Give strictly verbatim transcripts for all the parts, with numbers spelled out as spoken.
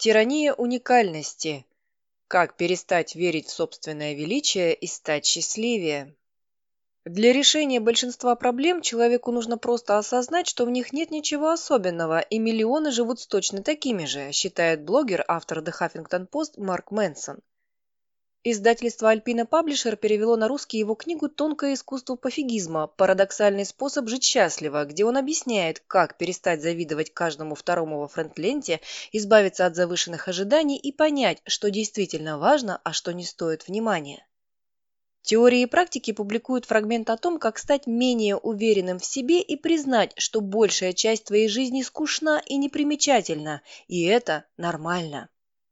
Тирания уникальности. Как перестать верить в собственное величие и стать счастливее? Для решения большинства проблем человеку нужно просто осознать, что в них нет ничего особенного, и миллионы живут с точно такими же, считает блогер, автор The Huffington Post Марк Мэнсон. Издательство Альпина Паблишер перевело на русский его книгу «Тонкое искусство пофигизма. Парадоксальный способ жить счастливо», где он объясняет, как перестать завидовать каждому второму во френд-ленте, избавиться от завышенных ожиданий и понять, что действительно важно, а что не стоит внимания. Теории и практики публикуют фрагмент о том, как стать менее уверенным в себе и признать, что большая часть твоей жизни скучна и непримечательна, и это нормально.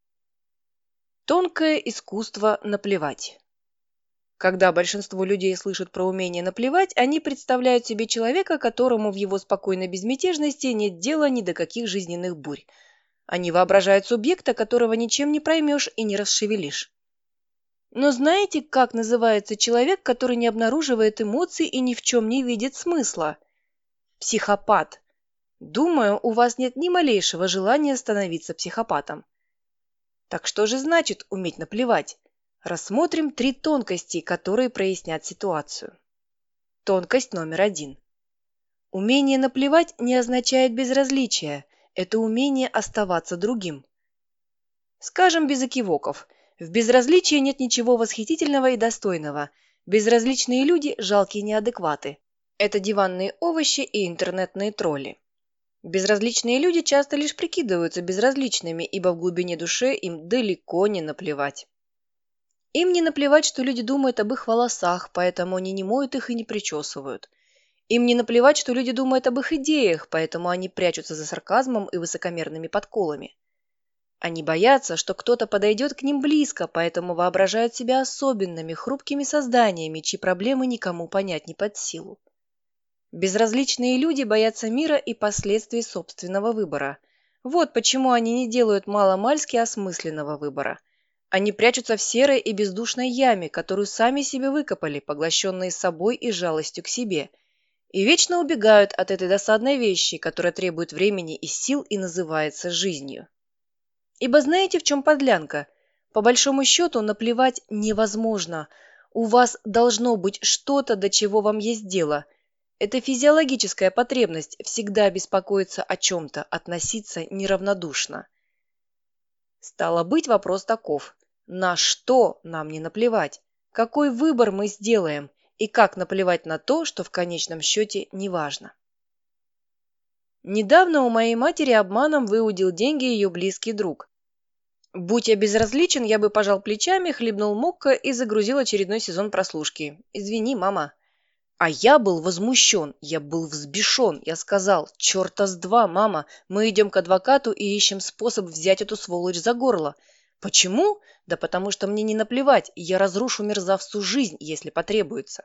Тонкое искусство наплевать. Когда большинство людей слышат про умение наплевать, они представляют себе человека, которому в его спокойной безмятежности нет дела ни до каких жизненных бурь. Они воображают субъекта, которого ничем не проймешь и не расшевелишь. Но знаете, как называется человек, который не обнаруживает эмоций и ни в чем не видит смысла? Психопат. Думаю, у вас нет ни малейшего желания становиться психопатом. Так что же значит уметь наплевать? Рассмотрим три тонкости, которые прояснят ситуацию. Тонкость номер один. Умение наплевать не означает безразличие. Это умение оставаться другим. Скажем без экивоков. В безразличии нет ничего восхитительного и достойного. Безразличные люди – жалкие неадекваты. Это диванные овощи и интернетные тролли. Безразличные люди часто лишь прикидываются безразличными, ибо в глубине души им далеко не наплевать. Им не наплевать, что люди думают об их волосах, поэтому они не моют их и не причесывают. Им не наплевать, что люди думают об их идеях, поэтому они прячутся за сарказмом и высокомерными подколами. Они боятся, что кто-то подойдет к ним близко, поэтому воображают себя особенными, хрупкими созданиями, чьи проблемы никому понять не под силу. Безразличные люди боятся мира и последствий собственного выбора. Вот почему они не делают маломальски осмысленного выбора. Они прячутся в серой и бездушной яме, которую сами себе выкопали, поглощенные собой и жалостью к себе, и вечно убегают от этой досадной вещи, которая требует времени и сил и называется жизнью. Ибо знаете, в чем подлянка? По большому счету, наплевать невозможно. У вас должно быть что-то, до чего вам есть дело. Это физиологическая потребность всегда беспокоиться о чем-то, относиться неравнодушно. Стало быть, вопрос таков. На что нам не наплевать? Какой выбор мы сделаем? И как наплевать на то, что в конечном счете не важно? Недавно у моей матери обманом выудил деньги ее близкий друг. Будь я безразличен, я бы пожал плечами, хлебнул мокко и загрузил очередной сезон прослушки. Извини, мама. А я был возмущен, я был взбешен. Я сказал: черта с два, мама, мы идем к адвокату и ищем способ взять эту сволочь за горло. Почему? Да потому что мне не наплевать, я разрушу мерзавцу жизнь, если потребуется.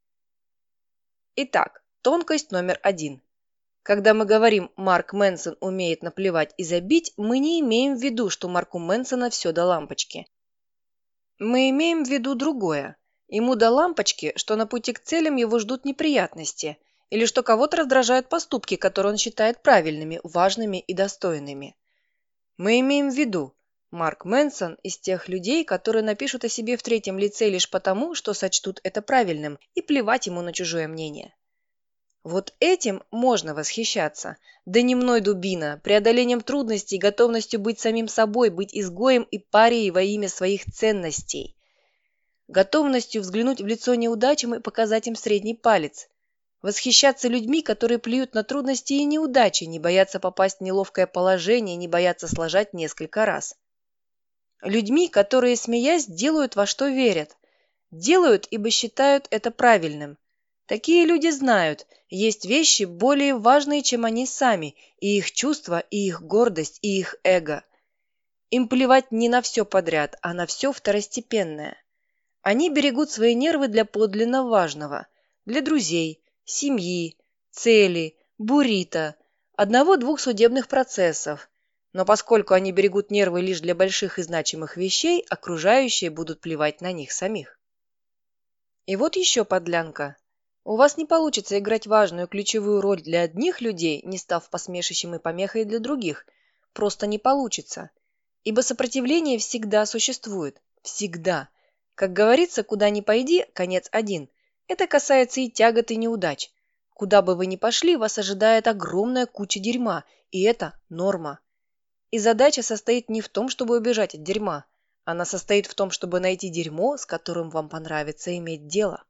Итак, тонкость номер один. Когда мы говорим «Марк Мэнсон умеет наплевать и забить», мы не имеем в виду, что Марку Мэнсона все до лампочки. Мы имеем в виду другое. Ему до лампочки, что на пути к целям его ждут неприятности, или что кого-то раздражают поступки, которые он считает правильными, важными и достойными. Мы имеем в виду, Марк Мэнсон из тех людей, которые напишут о себе в третьем лице лишь потому, что сочтут это правильным, и плевать ему на чужое мнение. Вот этим можно восхищаться. Да не мной дубина, преодолением трудностей, готовностью быть самим собой, быть изгоем и парией во имя своих ценностей. Готовностью взглянуть в лицо неудачам и показать им средний палец. Восхищаться людьми, которые плюют на трудности и неудачи, не боятся попасть в неловкое положение, не боятся сложать несколько раз. Людьми, которые, смеясь, делают во что верят. Делают, ибо считают это правильным. Такие люди знают, есть вещи более важные, чем они сами, и их чувства, и их гордость, и их эго. Им плевать не на все подряд, а на все второстепенное. Они берегут свои нервы для подлинно важного, для друзей, семьи, цели, буррито, одного-двух судебных процессов. Но поскольку они берегут нервы лишь для больших и значимых вещей, окружающие будут плевать на них самих. И вот еще подлянка. У вас не получится играть важную ключевую роль для одних людей, не став посмешищем и помехой для других. Просто не получится. Ибо сопротивление всегда существует. Всегда. Как говорится, куда ни пойди, конец один. Это касается и тягот, и неудач. Куда бы вы ни пошли, вас ожидает огромная куча дерьма, и это норма. И задача состоит не в том, чтобы убежать от дерьма. Она состоит в том, чтобы найти дерьмо, с которым вам понравится иметь дело.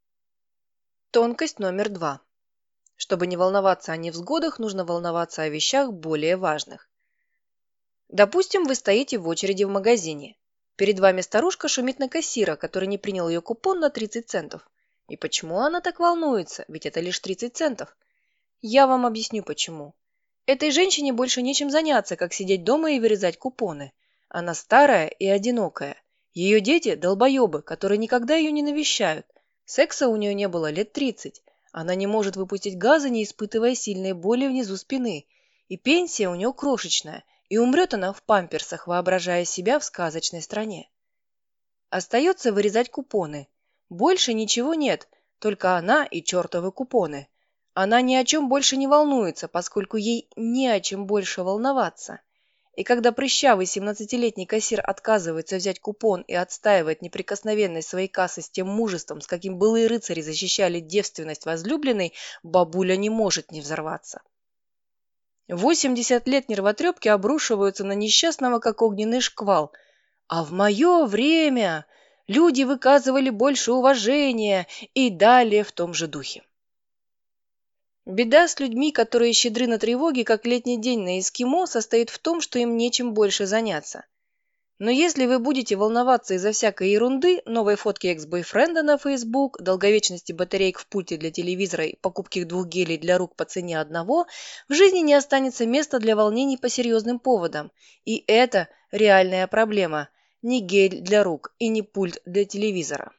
Тонкость номер два. Чтобы не волноваться о невзгодах, нужно волноваться о вещах более важных. Допустим, вы стоите в очереди в магазине. Перед вами старушка шумит на кассира, который не принял ее купон на тридцать центов. И почему она так волнуется? Ведь это лишь тридцать центов. Я вам объясню почему. Этой женщине больше нечем заняться, как сидеть дома и вырезать купоны. Она старая и одинокая. Ее дети – долбоебы, которые никогда ее не навещают. Секса у нее не было лет тридцать. Она не может выпустить газы, не испытывая сильной боли внизу спины. И пенсия у нее крошечная. И умрет она в памперсах, воображая себя в сказочной стране. Остается вырезать купоны. Больше ничего нет, только она и чертовы купоны. Она ни о чем больше не волнуется, поскольку ей не о чем больше волноваться. И когда прыщавый семнадцатилетний кассир отказывается взять купон и отстаивает неприкосновенность своей кассы с тем мужеством, с каким былые рыцари защищали девственность возлюбленной, бабуля не может не взорваться. восемьдесят лет нервотрепки обрушиваются на несчастного, как огненный шквал. А в мое время люди выказывали больше уважения и далее в том же духе. Беда с людьми, которые щедры на тревоги, как летний день на эскимо, состоит в том, что им нечем больше заняться. Но если вы будете волноваться из-за всякой ерунды, новой фотки экс-бойфренда на Facebook, долговечности батареек в пульте для телевизора и покупки двух гелей для рук по цене одного, в жизни не останется места для волнений по серьезным поводам. И это реальная проблема. Не гель для рук и не пульт для телевизора.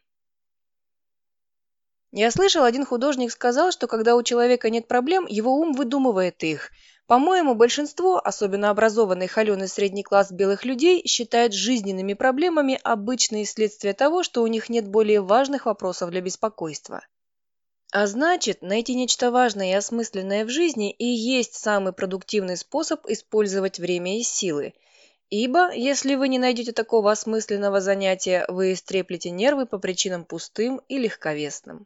Я слышал, один художник сказал, что когда у человека нет проблем, его ум выдумывает их. По-моему, большинство, особенно образованный холеный средний класс белых людей, считают жизненными проблемами обычные следствия того, что у них нет более важных вопросов для беспокойства. А значит, найти нечто важное и осмысленное в жизни и есть самый продуктивный способ использовать время и силы. Ибо, если вы не найдете такого осмысленного занятия, вы истреплете нервы по причинам пустым и легковесным.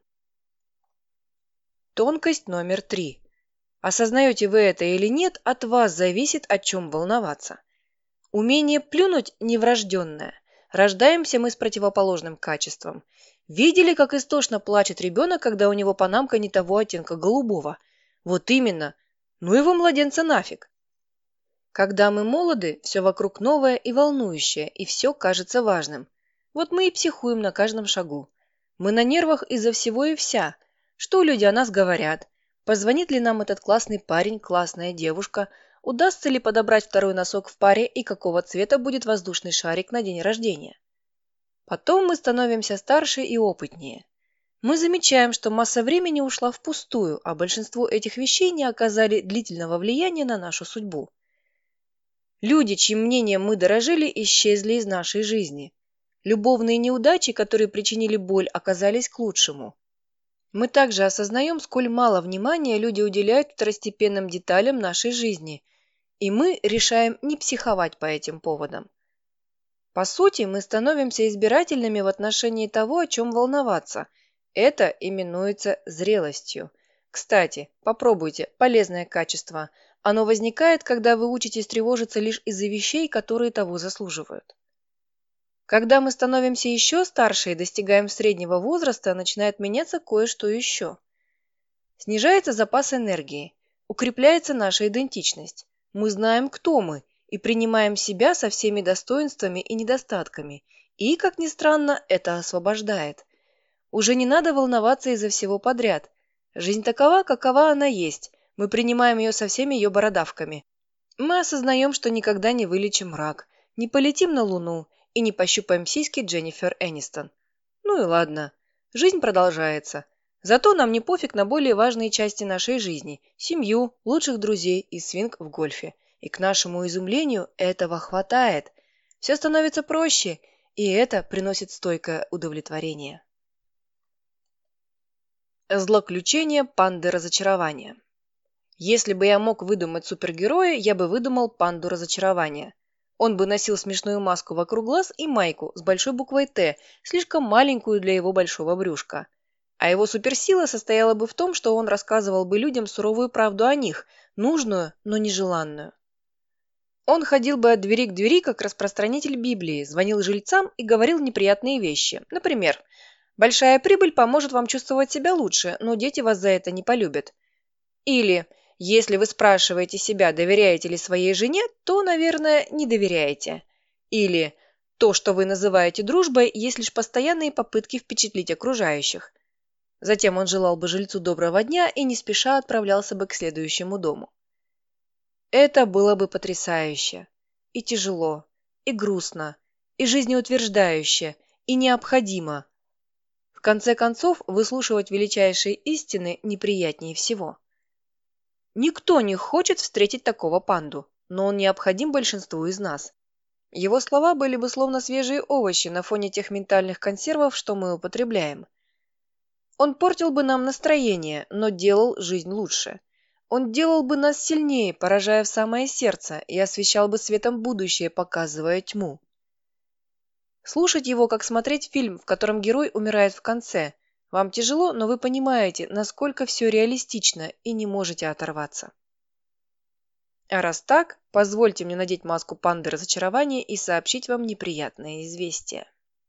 Тонкость номер три. Осознаете вы это или нет, от вас зависит, о чем волноваться. Умение плюнуть неврожденное. Рождаемся мы с противоположным качеством. Видели, как истошно плачет ребенок, когда у него панамка не того оттенка голубого? Вот именно. Ну его младенца нафиг. Когда мы молоды, все вокруг новое и волнующее, и все кажется важным. Вот мы и психуем на каждом шагу. Мы на нервах из-за всего и вся. Что люди о нас говорят? Позвонит ли нам этот классный парень, классная девушка? Удастся ли подобрать второй носок в паре и какого цвета будет воздушный шарик на день рождения? Потом мы становимся старше и опытнее. Мы замечаем, что масса времени ушла впустую, а большинство этих вещей не оказали длительного влияния на нашу судьбу. Люди, чьим мнением мы дорожили, исчезли из нашей жизни. Любовные неудачи, которые причинили боль, оказались к лучшему. Мы также осознаем, сколь мало внимания люди уделяют второстепенным деталям нашей жизни, и мы решаем не психовать по этим поводам. По сути, мы становимся избирательными в отношении того, о чем волноваться. Это именуется зрелостью. Кстати, попробуйте, полезное качество. Оно возникает, когда вы учитесь тревожиться лишь из-за вещей, которые того заслуживают. Когда мы становимся еще старше и достигаем среднего возраста, начинает меняться кое-что еще. Снижается запас энергии, укрепляется наша идентичность. Мы знаем, кто мы, и принимаем себя со всеми достоинствами и недостатками. И, как ни странно, это освобождает. Уже не надо волноваться из-за всего подряд. Жизнь такова, какова она есть. Мы принимаем ее со всеми ее бородавками. Мы осознаем, что никогда не вылечим рак, не полетим на Луну, и не пощупаем сиськи Дженнифер Энистон. Ну и ладно. Жизнь продолжается. Зато нам не пофиг на более важные части нашей жизни – семью, лучших друзей и свинг в гольфе. И к нашему изумлению этого хватает. Все становится проще, и это приносит стойкое удовлетворение. Злоключение панды разочарования. Если бы я мог выдумать супергероя, я бы выдумал панду разочарования. Он бы носил смешную маску вокруг глаз и майку с большой буквой «Т», слишком маленькую для его большого брюшка. А его суперсила состояла бы в том, что он рассказывал бы людям суровую правду о них, нужную, но нежеланную. Он ходил бы от двери к двери, как распространитель Библии, звонил жильцам и говорил неприятные вещи. Например, «Большая прибыль поможет вам чувствовать себя лучше, но дети вас за это не полюбят». Или «Если вы спрашиваете себя, доверяете ли своей жене, то, наверное, не доверяете». Или «То, что вы называете дружбой, есть лишь постоянные попытки впечатлить окружающих». Затем он желал бы жильцу доброго дня и не спеша отправлялся бы к следующему дому. Это было бы потрясающе, и тяжело, и грустно, и жизнеутверждающе, и необходимо. В конце концов, выслушивать величайшие истины неприятнее всего. Никто не хочет встретить такого панду, но он необходим большинству из нас. Его слова были бы словно свежие овощи на фоне тех ментальных консервов, что мы употребляем. Он портил бы нам настроение, но делал жизнь лучше. Он делал бы нас сильнее, поражая в самое сердце, и освещал бы светом будущее, показывая тьму. Слушать его, как смотреть фильм, в котором герой умирает в конце. Вам тяжело, но вы понимаете, насколько все реалистично, и не можете оторваться. А раз так, позвольте мне надеть маску панды разочарования и сообщить вам неприятное известие.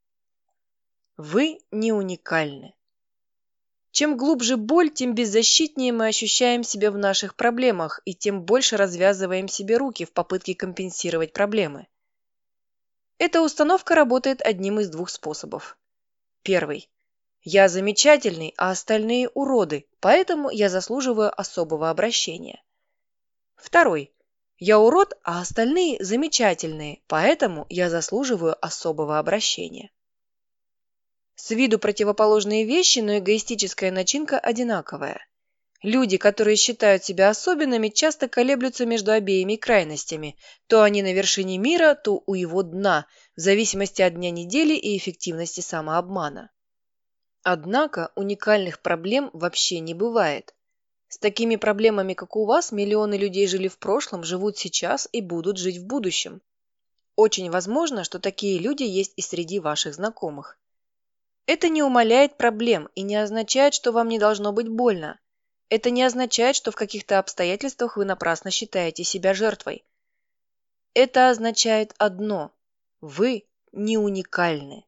Вы не уникальны. Чем глубже боль, тем беззащитнее мы ощущаем себя в наших проблемах, и тем больше развязываем себе руки в попытке компенсировать проблемы. Эта установка работает одним из двух способов. Первый. Я замечательный, а остальные уроды, поэтому я заслуживаю особого обращения. Второй. Я урод, а остальные замечательные, поэтому я заслуживаю особого обращения. С виду противоположные вещи, но эгоистическая начинка одинаковая. Люди, которые считают себя особенными, часто колеблются между обеими крайностями. То они на вершине мира, то у его дна, в зависимости от дня недели и эффективности самообмана. Однако уникальных проблем вообще не бывает. С такими проблемами, как у вас, миллионы людей жили в прошлом, живут сейчас и будут жить в будущем. Очень возможно, что такие люди есть и среди ваших знакомых. Это не умаляет проблем и не означает, что вам не должно быть больно. Это не означает, что в каких-то обстоятельствах вы напрасно считаете себя жертвой. Это означает одно – вы не уникальны.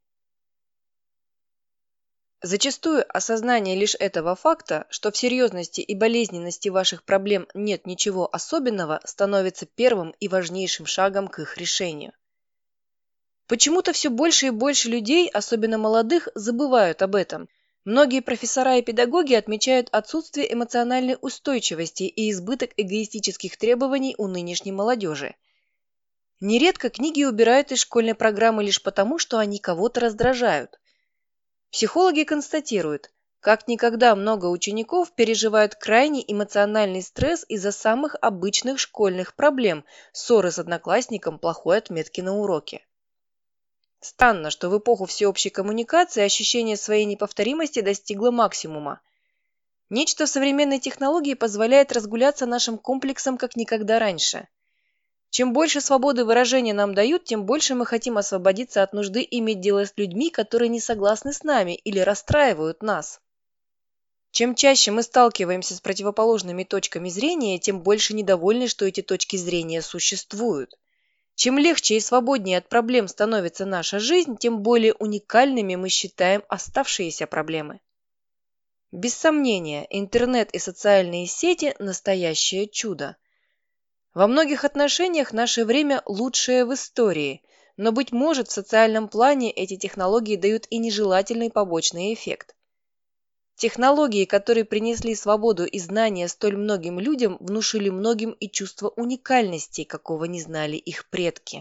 Зачастую осознание лишь этого факта, что в серьезности и болезненности ваших проблем нет ничего особенного, становится первым и важнейшим шагом к их решению. Почему-то все больше и больше людей, особенно молодых, забывают об этом. Многие профессора и педагоги отмечают отсутствие эмоциональной устойчивости и избыток эгоистических требований у нынешней молодежи. Нередко книги убирают из школьной программы лишь потому, что они кого-то раздражают. Психологи констатируют, как никогда много учеников переживают крайний эмоциональный стресс из-за самых обычных школьных проблем – ссоры с одноклассником, плохой отметки на уроке. Странно, что в эпоху всеобщей коммуникации ощущение своей неповторимости достигло максимума. Нечто в современной технологии позволяет разгуляться нашим комплексом как никогда раньше. Чем больше свободы выражения нам дают, тем больше мы хотим освободиться от нужды иметь дело с людьми, которые не согласны с нами или расстраивают нас. Чем чаще мы сталкиваемся с противоположными точками зрения, тем больше недовольны, что эти точки зрения существуют. Чем легче и свободнее от проблем становится наша жизнь, тем более уникальными мы считаем оставшиеся проблемы. Без сомнения, интернет и социальные сети – настоящее чудо. Во многих отношениях наше время лучшее в истории, но, быть может, в социальном плане эти технологии дают и нежелательный побочный эффект. Технологии, которые принесли свободу и знания столь многим людям, внушили многим и чувство уникальности, какого не знали их предки.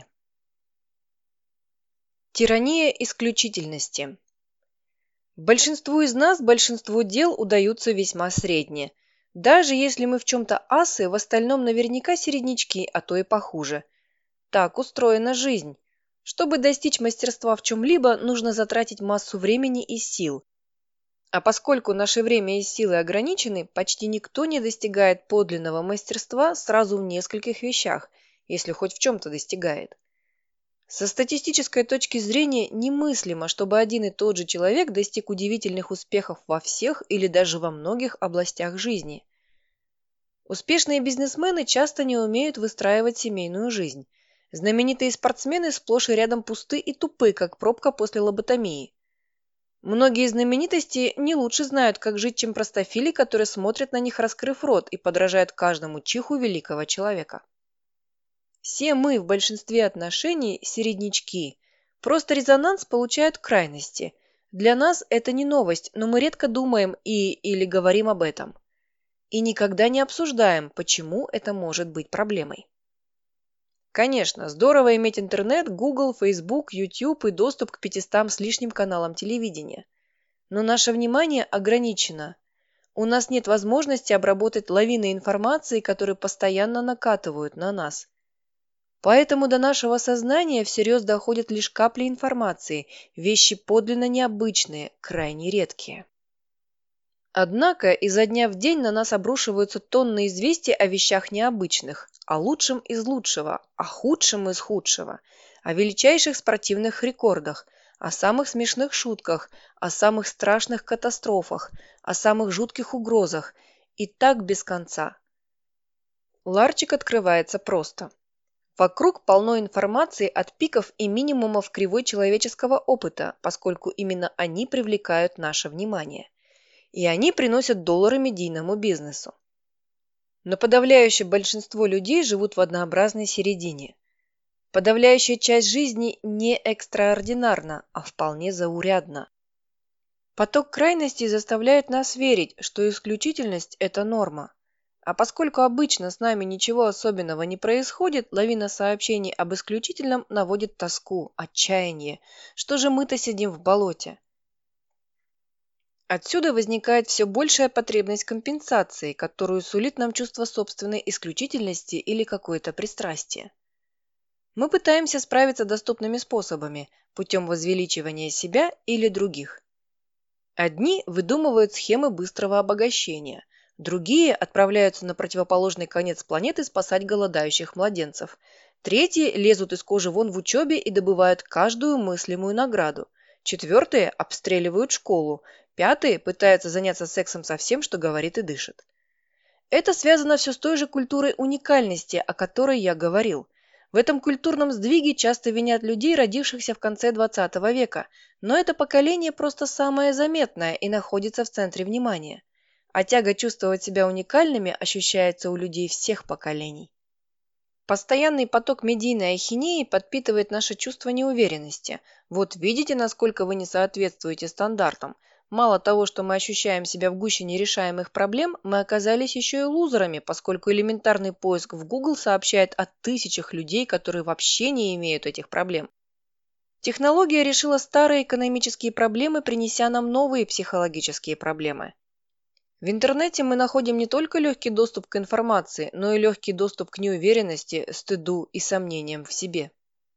Тирания исключительности. Большинству из нас большинство дел удаются весьма средне. Даже если мы в чем-то асы, в остальном наверняка середнячки, а то и похуже. Так устроена жизнь. Чтобы достичь мастерства в чем-либо, нужно затратить массу времени и сил. А поскольку наше время и силы ограничены, почти никто не достигает подлинного мастерства сразу в нескольких вещах, если хоть в чем-то достигает. Со статистической точки зрения немыслимо, чтобы один и тот же человек достиг удивительных успехов во всех или даже во многих областях жизни. Успешные бизнесмены часто не умеют выстраивать семейную жизнь. Знаменитые спортсмены сплошь и рядом пусты и тупы, как пробка после лоботомии. Многие знаменитости не лучше знают, как жить, чем простофили, которые смотрят на них, раскрыв рот, и подражают каждому чиху великого человека. Все мы в большинстве отношений середнячки. Просто резонанс получают крайности. Для нас это не новость, но мы редко думаем и или говорим об этом. И никогда не обсуждаем, почему это может быть проблемой. Конечно, здорово иметь интернет, Google, Facebook, YouTube и доступ к пятистам с лишним каналам телевидения. Но наше внимание ограничено. У нас нет возможности обработать лавины информации, которые постоянно накатывают на нас. Поэтому до нашего сознания всерьез доходят лишь капли информации, вещи подлинно необычные, крайне редкие. Однако изо дня в день на нас обрушиваются тонны известий о вещах необычных, о лучшем из лучшего, о худшем из худшего, о величайших спортивных рекордах, о самых смешных шутках, о самых страшных катастрофах, о самых жутких угрозах, и так без конца. Ларчик открывается просто. Вокруг полно информации от пиков и минимумов кривой человеческого опыта, поскольку именно они привлекают наше внимание. И они приносят доллары медийному бизнесу. Но подавляющее большинство людей живут в однообразной середине. Подавляющая часть жизни не экстраординарна, а вполне заурядна. Поток крайностей заставляет нас верить, что исключительность – это норма. А поскольку обычно с нами ничего особенного не происходит, лавина сообщений об исключительном наводит тоску, отчаяние. Что же мы-то сидим в болоте? Отсюда возникает все большая потребность компенсации, которую сулит нам чувство собственной исключительности или какое-то пристрастие. Мы пытаемся справиться доступными способами, путем возвеличивания себя или других. Одни выдумывают схемы быстрого обогащения, другие отправляются на противоположный конец планеты спасать голодающих младенцев, третьи лезут из кожи вон в учебе и добывают каждую мыслимую награду, четвертые обстреливают школу, пятые пытаются заняться сексом со всем, что говорит и дышит. Это связано все с той же культурой уникальности, о которой я говорил. В этом культурном сдвиге часто винят людей, родившихся в конце двадцатого века, но это поколение просто самое заметное и находится в центре внимания. А тяга чувствовать себя уникальными ощущается у людей всех поколений. Постоянный поток медийной ахинеи подпитывает наше чувство неуверенности. Вот видите, насколько вы не соответствуете стандартам. Мало того, что мы ощущаем себя в гуще нерешаемых проблем, мы оказались еще и лузерами, поскольку элементарный поиск в Google сообщает о тысячах людей, которые вообще не имеют этих проблем. Технология решила старые экономические проблемы, принеся нам новые психологические проблемы. В интернете мы находим не только легкий доступ к информации, но и легкий доступ к неуверенности, стыду и сомнениям в себе.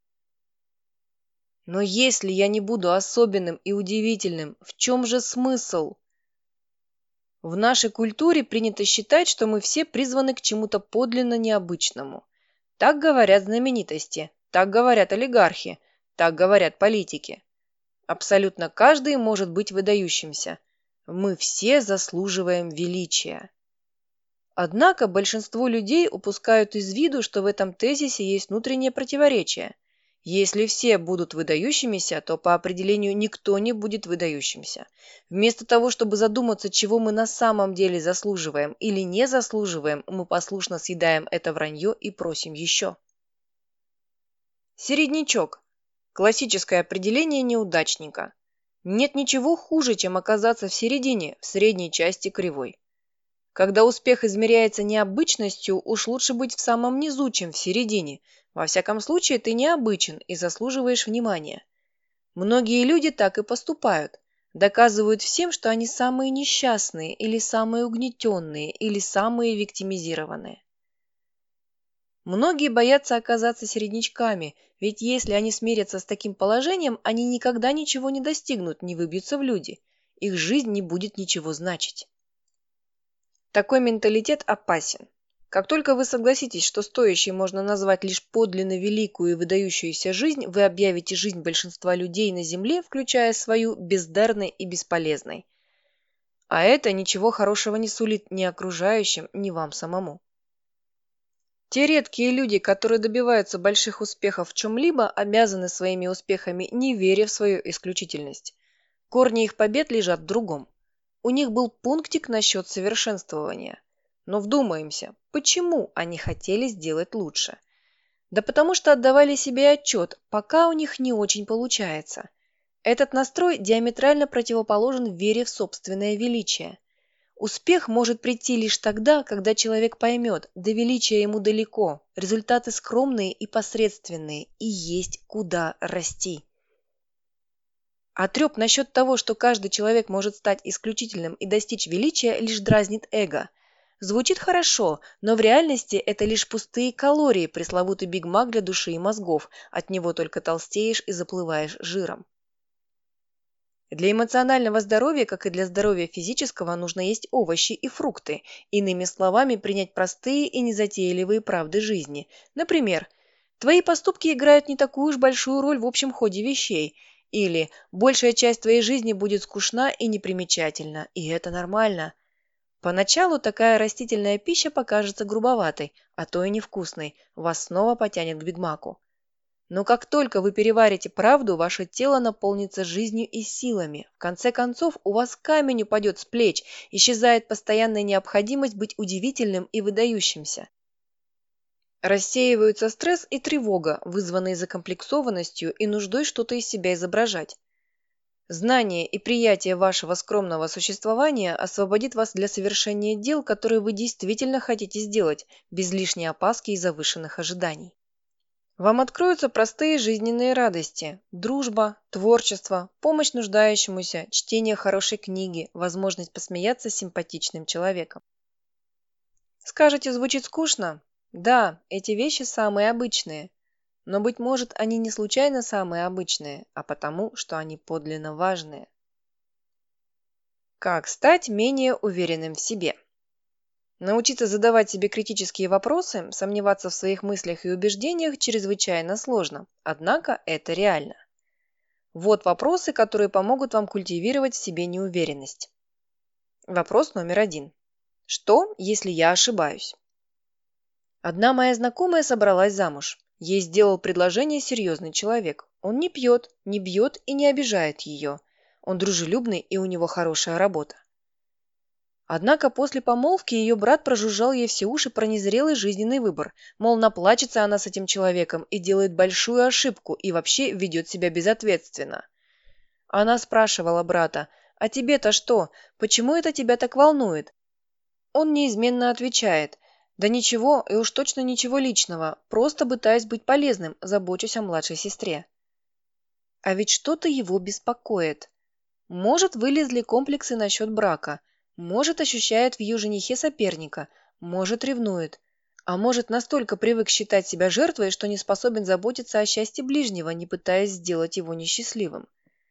Но если я не буду особенным и удивительным, в чем же смысл? В нашей культуре принято считать, что мы все призваны к чему-то подлинно необычному. Так говорят знаменитости, так говорят олигархи, так говорят политики. Абсолютно каждый может быть выдающимся. Мы все заслуживаем величия. Однако большинство людей упускают из виду, что в этом тезисе есть внутреннее противоречие. Если все будут выдающимися, то по определению никто не будет выдающимся. Вместо того, чтобы задуматься, чего мы на самом деле заслуживаем или не заслуживаем, мы послушно съедаем это вранье и просим еще. Середнячок. Классическое определение неудачника. Нет ничего хуже, чем оказаться в середине, в средней части кривой. Когда успех измеряется необычностью, уж лучше быть в самом низу, чем в середине. Во всяком случае, ты необычен и заслуживаешь внимания. Многие люди так и поступают. Доказывают всем, что они самые несчастные, или самые угнетенные, или самые виктимизированные. Многие боятся оказаться середнячками, ведь если они смирятся с таким положением, они никогда ничего не достигнут, не выбьются в люди. Их жизнь не будет ничего значить. Такой менталитет опасен. Как только вы согласитесь, что стоящей можно назвать лишь подлинно великую и выдающуюся жизнь, вы объявите жизнь большинства людей на Земле, включая свою, бездарной и бесполезной. А это ничего хорошего не сулит ни окружающим, ни вам самому. Те редкие люди, которые добиваются больших успехов в чем-либо, обязаны своими успехами, не веря в свою исключительность. Корни их побед лежат в другом. У них был пунктик насчет совершенствования. Но вдумаемся, почему они хотели сделать лучше? Да потому что отдавали себе отчет, пока у них не очень получается. Этот настрой диаметрально противоположен вере в собственное величие. Успех может прийти лишь тогда, когда человек поймет, до величия ему далеко, результаты скромные и посредственные, и есть куда расти. А треп насчет того, что каждый человек может стать исключительным и достичь величия, лишь дразнит эго. Звучит хорошо, но в реальности это лишь пустые калории, пресловутый Биг Мак для души и мозгов, от него только толстеешь и заплываешь жиром. Для эмоционального здоровья, как и для здоровья физического, нужно есть овощи и фрукты, иными словами, принять простые и незатейливые правды жизни. Например, твои поступки играют не такую уж большую роль в общем ходе вещей, или большая часть твоей жизни будет скучна и непримечательна, и это нормально. Поначалу такая растительная пища покажется грубоватой, а то и невкусной, вас снова потянет к Бигмаку. Но как только вы переварите правду, ваше тело наполнится жизнью и силами. В конце концов, у вас камень упадет с плеч, исчезает постоянная необходимость быть удивительным и выдающимся. Рассеиваются стресс и тревога, вызванные закомплексованностью и нуждой что-то из себя изображать. Знание и приятие вашего скромного существования освободит вас для совершения дел, которые вы действительно хотите сделать, без лишней опаски и завышенных ожиданий. Вам откроются простые жизненные радости – дружба, творчество, помощь нуждающемуся, чтение хорошей книги, возможность посмеяться с симпатичным человеком. Скажете, звучит скучно? Да, эти вещи самые обычные. Но, быть может, они не случайно самые обычные, а потому, что они подлинно важные. Как стать менее уверенным в себе? Научиться задавать себе критические вопросы, сомневаться в своих мыслях и убеждениях чрезвычайно сложно, однако это реально. Вот вопросы, которые помогут вам культивировать в себе неуверенность. Вопрос номер один. Что, если я ошибаюсь? Одна моя знакомая собралась замуж. Ей сделал предложение серьезный человек. Он не пьет, не бьет и не обижает ее. Он дружелюбный и у него хорошая работа. Однако после помолвки ее брат прожужжал ей все уши про незрелый жизненный выбор, мол, наплачется она с этим человеком и делает большую ошибку и вообще ведет себя безответственно. Она спрашивала брата: «А тебе-то что? Почему это тебя так волнует?» Он неизменно отвечает: «Да ничего, и уж точно ничего личного, просто пытаюсь быть полезным, забочусь о младшей сестре». А ведь что-то его беспокоит. Может, вылезли комплексы насчет брака. Может, ощущает в ее женихе соперника, может, ревнует, а может, настолько привык считать себя жертвой, что не способен заботиться о счастье ближнего, не пытаясь сделать его несчастливым.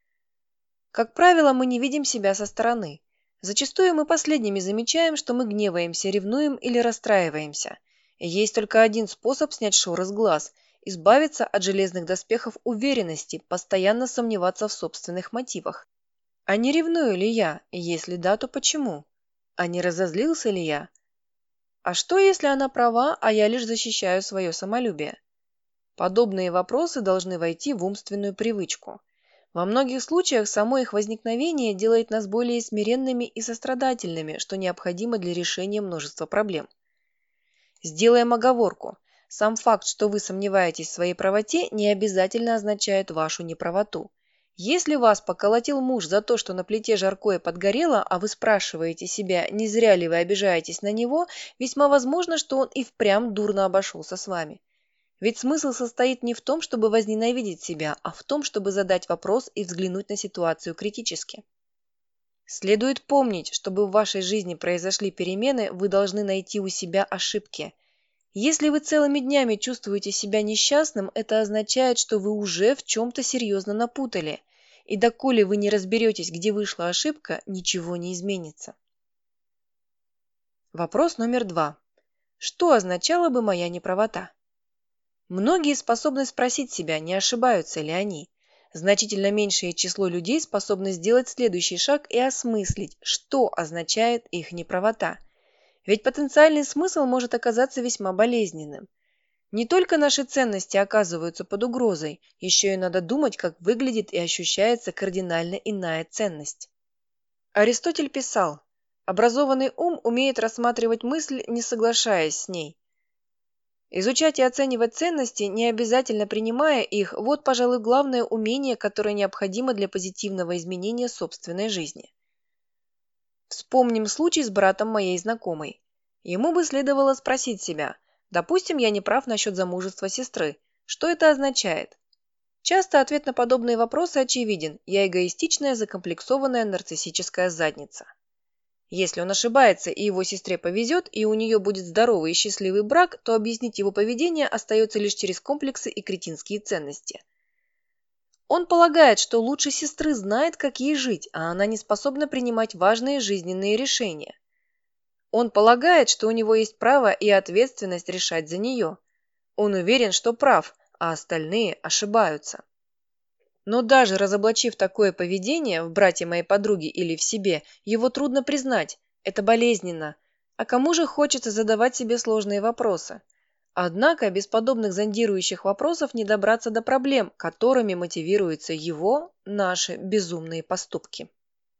Как правило, мы не видим себя со стороны. Зачастую мы последними замечаем, что мы гневаемся, ревнуем или расстраиваемся. И есть только один способ снять шоры с глаз – избавиться от железных доспехов уверенности, постоянно сомневаться в собственных мотивах. А не ревную ли я? Если да, то почему? А не разозлился ли я? А что, если она права, а я лишь защищаю свое самолюбие? Подобные вопросы должны войти в умственную привычку. Во многих случаях само их возникновение делает нас более смиренными и сострадательными, что необходимо для решения множества проблем. Сделаем оговорку. Сам факт, что вы сомневаетесь в своей правоте, не обязательно означает вашу неправоту. Если вас поколотил муж за то, что на плите жаркое подгорело, а вы спрашиваете себя, не зря ли вы обижаетесь на него, весьма возможно, что он и впрямь дурно обошелся с вами. Ведь смысл состоит не в том, чтобы возненавидеть себя, а в том, чтобы задать вопрос и взглянуть на ситуацию критически. Следует помнить, чтобы в вашей жизни произошли перемены, вы должны найти у себя ошибки. Если вы целыми днями чувствуете себя несчастным, это означает, что вы уже в чем-то серьезно напутали. И доколе вы не разберетесь, где вышла ошибка, ничего не изменится. Вопрос номер два. Что означала бы моя неправота? Многие способны спросить себя, не ошибаются ли они. Значительно меньшее число людей способны сделать следующий шаг и осмыслить, что означает их неправота. Ведь потенциальный смысл может оказаться весьма болезненным. Не только наши ценности оказываются под угрозой, еще и надо думать, как выглядит и ощущается кардинально иная ценность. Аристотель писал: «Образованный ум умеет рассматривать мысль, не соглашаясь с ней». Изучать и оценивать ценности, не обязательно принимая их, вот, пожалуй, главное умение, которое необходимо для позитивного изменения собственной жизни. Вспомним случай с братом моей знакомой. Ему бы следовало спросить себя: допустим, я не прав насчет замужества сестры. Что это означает? Часто ответ на подобные вопросы очевиден: я эгоистичная, закомплексованная нарциссическая задница. Если он ошибается и его сестре повезет, и у нее будет здоровый и счастливый брак, то объяснить его поведение остается лишь через комплексы и кретинские ценности. Он полагает, что лучше сестры знает, как ей жить, а она не способна принимать важные жизненные решения. Он полагает, что у него есть право и ответственность решать за нее. Он уверен, что прав, а остальные ошибаются. Но даже разоблачив такое поведение в брате моей подруги или в себе, его трудно признать, это болезненно. А кому же хочется задавать себе сложные вопросы? Однако без подобных зондирующих вопросов не добраться до проблем, которыми мотивируются его, наши безумные поступки.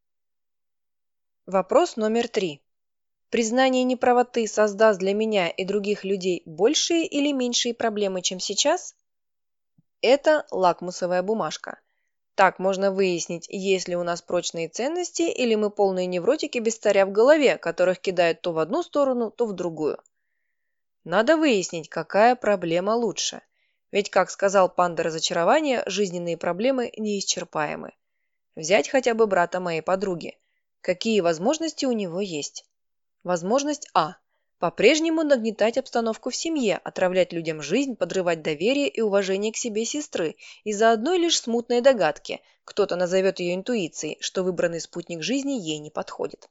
Вопрос номер три. Признание неправоты создаст для меня и других людей большие или меньшие проблемы, чем сейчас? Это лакмусовая бумажка. Так можно выяснить, есть ли у нас прочные ценности, или мы полные невротики без царя в голове, которых кидают то в одну сторону, то в другую. Надо выяснить, какая проблема лучше. Ведь, как сказал панда разочарования, жизненные проблемы неисчерпаемы. Взять хотя бы брата моей подруги. Какие возможности у него есть? Возможность А. По-прежнему нагнетать обстановку в семье, отравлять людям жизнь, подрывать доверие и уважение к себе сестры из-за одной лишь смутной догадки, кто-то назовет ее интуицией, что выбранный спутник жизни ей не подходит.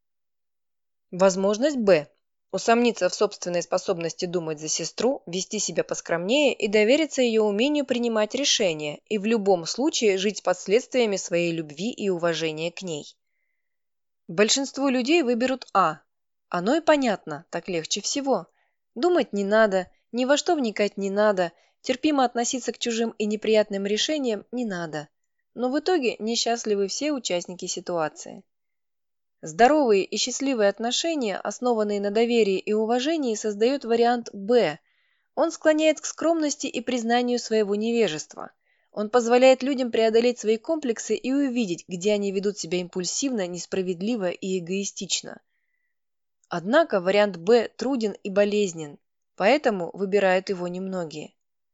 Возможность Б. Усомниться в собственной способности думать за сестру, вести себя поскромнее и довериться ее умению принимать решения и в любом случае жить с последствиями своей любви и уважения к ней. Большинство людей выберут А. Оно и понятно, так легче всего. Думать не надо, ни во что вникать не надо, терпимо относиться к чужим и неприятным решениям не надо. Но в итоге несчастливы все участники ситуации. Здоровые и счастливые отношения, основанные на доверии и уважении, создают вариант Б. Он склоняет к скромности и признанию своего невежества. Он позволяет людям преодолеть свои комплексы и увидеть, где они ведут себя импульсивно, несправедливо и эгоистично. Однако вариант Б труден и болезнен, поэтому выбирают его немногие.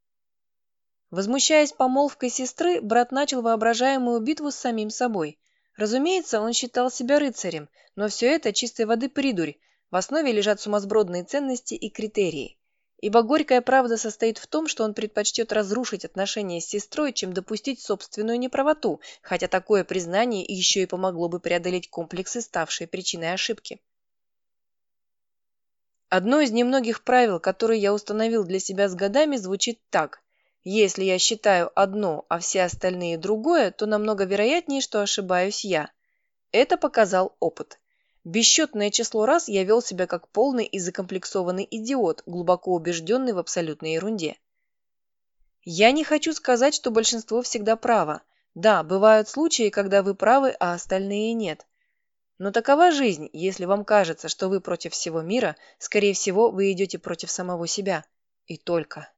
Возмущаясь помолвкой сестры, брат начал воображаемую битву с самим собой. Разумеется, он считал себя рыцарем, но все это чистой воды придурь, в основе лежат сумасбродные ценности и критерии. Ибо горькая правда состоит в том, что он предпочтет разрушить отношения с сестрой, чем допустить собственную неправоту, хотя такое признание еще и помогло бы преодолеть комплексы, ставшие причиной ошибки. Одно из немногих правил, которые я установил для себя с годами, звучит так. Если я считаю одно, а все остальные другое, то намного вероятнее, что ошибаюсь я. Это показал опыт. Бесчетное число раз я вел себя как полный и закомплексованный идиот, глубоко убежденный в абсолютной ерунде. Я не хочу сказать, что большинство всегда право. Да, бывают случаи, когда вы правы, а остальные нет. Но такова жизнь, если вам кажется, что вы против всего мира, скорее всего, вы идете против самого себя. И только.